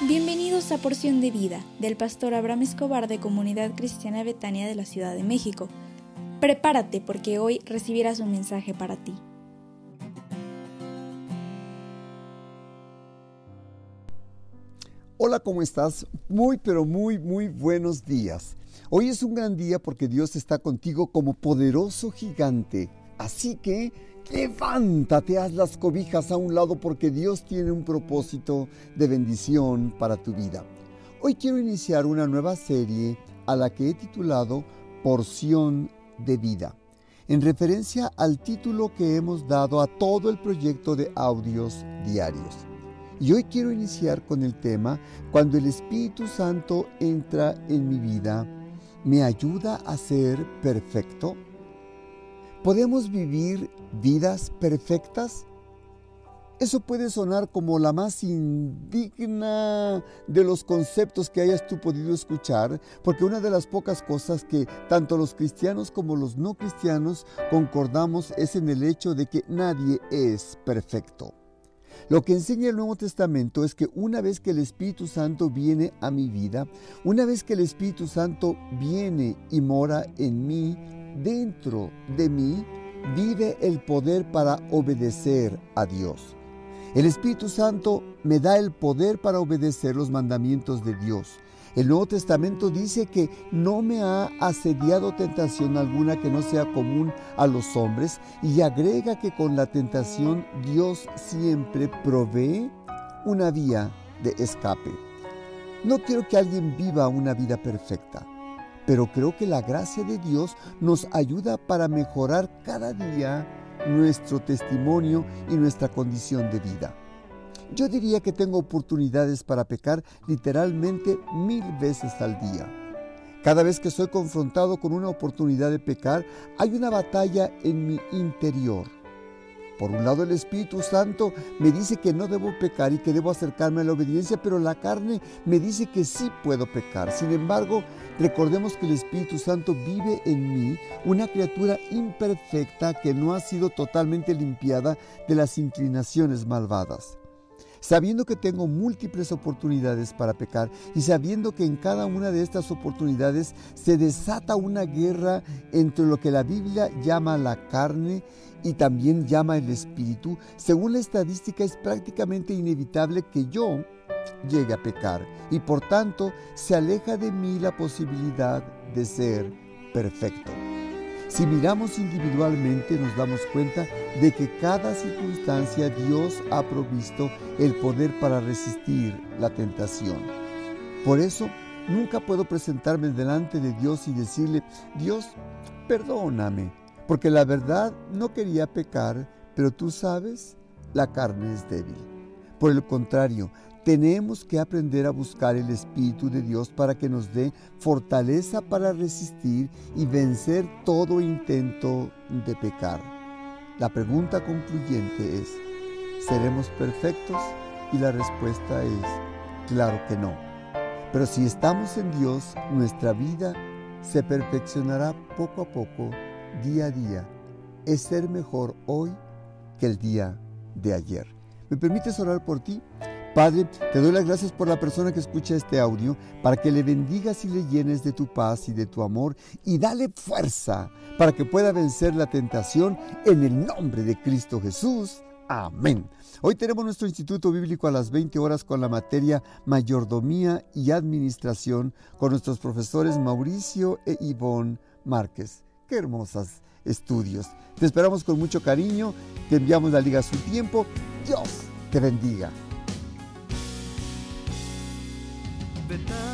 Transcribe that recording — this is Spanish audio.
Bienvenidos a Porción de Vida, del pastor Abraham Escobar de Comunidad Cristiana Betania de la Ciudad de México. Prepárate porque hoy recibirás un mensaje para ti. Hola, ¿cómo estás? Muy buenos días. Hoy es un gran día porque Dios está contigo como poderoso gigante. Así que levántate, haz las cobijas a un lado porque Dios tiene un propósito de bendición para tu vida. Hoy quiero iniciar una nueva serie a la que he titulado Porción de Vida, en referencia al título que hemos dado a todo el proyecto de audios diarios. Y hoy quiero iniciar con el tema: cuando el Espíritu Santo entra en mi vida, ¿me ayuda a ser perfecto? ¿Podemos vivir vidas perfectas? Eso puede sonar como la más indigna de los conceptos que hayas tú podido escuchar, porque una de las pocas cosas que tanto los cristianos como los no cristianos concordamos es en el hecho de que nadie es perfecto. Lo que enseña el Nuevo Testamento es que una vez que el Espíritu Santo viene a mi vida, una vez que el Espíritu Santo viene y mora en mí, dentro de mí, vive el poder para obedecer a Dios. El Espíritu Santo me da el poder para obedecer los mandamientos de Dios. El Nuevo Testamento dice que no me ha asediado tentación alguna que no sea común a los hombres, y agrega que con la tentación Dios siempre provee una vía de escape. No quiero que alguien viva una vida perfecta, pero creo que la gracia de Dios nos ayuda para mejorar cada día nuestro testimonio y nuestra condición de vida. Yo diría que tengo oportunidades para pecar literalmente 1000 veces al día. Cada vez que soy confrontado con una oportunidad de pecar, hay una batalla en mi interior. Por un lado, el Espíritu Santo me dice que no debo pecar y que debo acercarme a la obediencia, pero la carne me dice que sí puedo pecar. Sin embargo, recordemos que el Espíritu Santo vive en mí, una criatura imperfecta que no ha sido totalmente limpiada de las inclinaciones malvadas. Sabiendo que tengo múltiples oportunidades para pecar y sabiendo que en cada una de estas oportunidades se desata una guerra entre lo que la Biblia llama la carne y también llama el espíritu, según la estadística es prácticamente inevitable que yo llegue a pecar y por tanto se aleja de mí la posibilidad de ser perfecto. Si miramos individualmente, nos damos cuenta de que cada circunstancia Dios ha provisto el poder para resistir la tentación. Por eso, nunca puedo presentarme delante de Dios y decirle: Dios, perdóname, porque la verdad no quería pecar, pero tú sabes, la carne es débil. Por el contrario, tenemos que aprender a buscar el Espíritu de Dios para que nos dé fortaleza para resistir y vencer todo intento de pecar. La pregunta concluyente es: ¿seremos perfectos? Y la respuesta es: claro que no. Pero si estamos en Dios, nuestra vida se perfeccionará poco a poco, día a día. Es ser mejor hoy que el día de ayer. ¿Me permites orar por ti? Padre, te doy las gracias por la persona que escucha este audio, para que le bendigas y le llenes de tu paz y de tu amor, y dale fuerza para que pueda vencer la tentación en el nombre de Cristo Jesús. Amén. Hoy tenemos nuestro Instituto Bíblico a las 20 horas con la materia Mayordomía y Administración con nuestros profesores Mauricio e Ivonne Márquez. ¡Qué hermosos estudios! Te esperamos con mucho cariño, te enviamos la liga a su tiempo. Dios te bendiga.